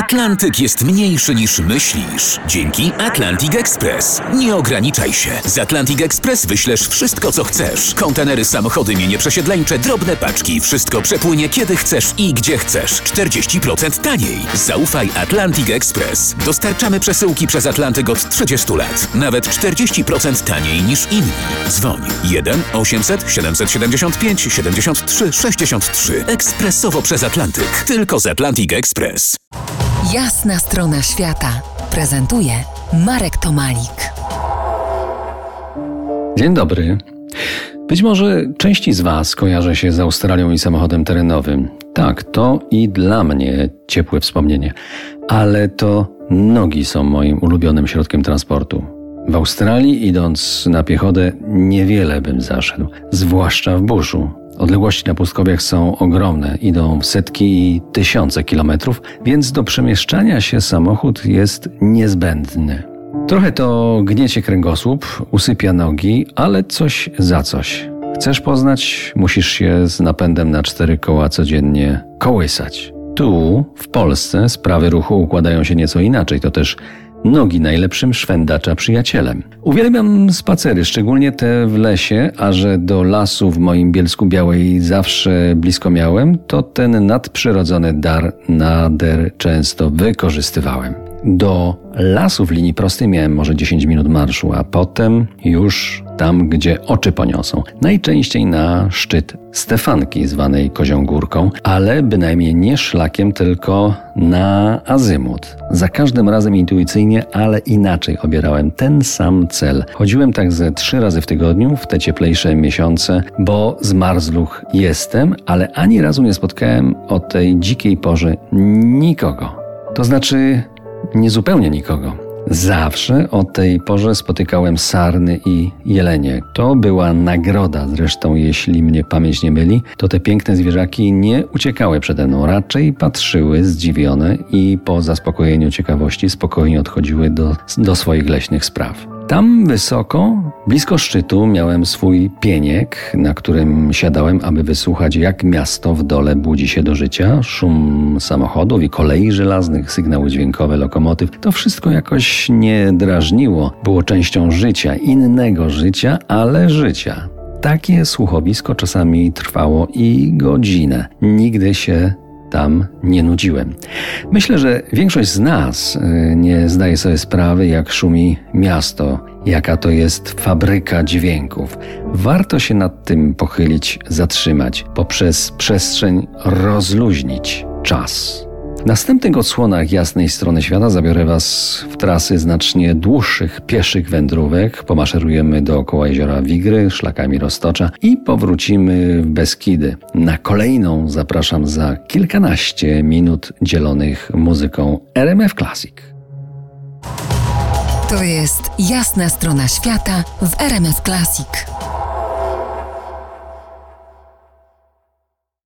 Atlantyk jest mniejszy niż myślisz. Dzięki Atlantic Express. Nie ograniczaj się. Z Atlantic Express wyślesz wszystko, co chcesz. Kontenery, samochody, mienie przesiedleńcze, drobne paczki. Wszystko przepłynie kiedy chcesz i gdzie chcesz. 40% taniej. Zaufaj Atlantic Express. Dostarczamy przesyłki przez Atlantyk od 30 lat. Nawet 40% taniej niż inni. Dzwoń 1 800 775 73 63. Ekspresowo przez Atlantyk. Tylko z Atlantic Express. Jasna strona świata prezentuje Marek Tomalik. Dzień dobry. Być może części z Was kojarzy się z Australią i samochodem terenowym. Tak, to i dla mnie ciepłe wspomnienie. Ale to nogi są moim ulubionym środkiem transportu. W Australii, idąc na piechotę, niewiele bym zaszedł, zwłaszcza w buszu. Odległości na pustkowiach są ogromne, idą w setki i tysiące kilometrów, więc do przemieszczania się samochód jest niezbędny. Trochę to gniecie kręgosłup, usypia nogi, ale coś za coś. Chcesz poznać, musisz się z napędem na 4 koła codziennie kołysać. Tu, w Polsce, sprawy ruchu układają się nieco inaczej, to też nogi najlepszym szwendacza przyjacielem. Uwielbiam spacery, szczególnie te w lesie, a że do lasu w moim Bielsku Białej zawsze blisko miałem, to ten nadprzyrodzony dar nader często wykorzystywałem. Do lasu w linii prostej miałem może 10 minut marszu, a potem już tam, gdzie oczy poniosą. Najczęściej na szczyt Stefanki, zwanej Kozią Górką, ale bynajmniej nie szlakiem, tylko na azymut. Za każdym razem intuicyjnie, ale inaczej obierałem ten sam cel. Chodziłem tak ze 3 razy w tygodniu, w te cieplejsze miesiące, bo zmarzluch jestem, ale ani razu nie spotkałem o tej dzikiej porze nikogo. To znaczy nie zupełnie nikogo. Zawsze o tej porze spotykałem sarny i jelenie. To była nagroda. Zresztą, jeśli mnie pamięć nie myli, to te piękne zwierzaki nie uciekały przede mną. Raczej patrzyły zdziwione i po zaspokojeniu ciekawości spokojnie odchodziły do swoich leśnych spraw. Tam wysoko, blisko szczytu, miałem swój pieniek, na którym siadałem, aby wysłuchać, jak miasto w dole budzi się do życia. Szum samochodów i kolei żelaznych, sygnały dźwiękowe, lokomotyw. To wszystko jakoś nie drażniło. Było częścią życia, innego życia, ale życia. Takie słuchowisko czasami trwało i godzinę. Nigdy się tam nie nudziłem. Myślę, że większość z nas nie zdaje sobie sprawy, jak szumi miasto, jaka to jest fabryka dźwięków. Warto się nad tym pochylić, zatrzymać, poprzez przestrzeń rozluźnić czas. W następnych odsłonach jasnej strony świata zabiorę Was w trasy znacznie dłuższych, pieszych wędrówek. Pomaszerujemy dookoła jeziora Wigry, szlakami Roztocza i powrócimy w Beskidy. Na kolejną zapraszam za kilkanaście minut dzielonych muzyką RMF Classic. To jest jasna strona świata w RMF Classic.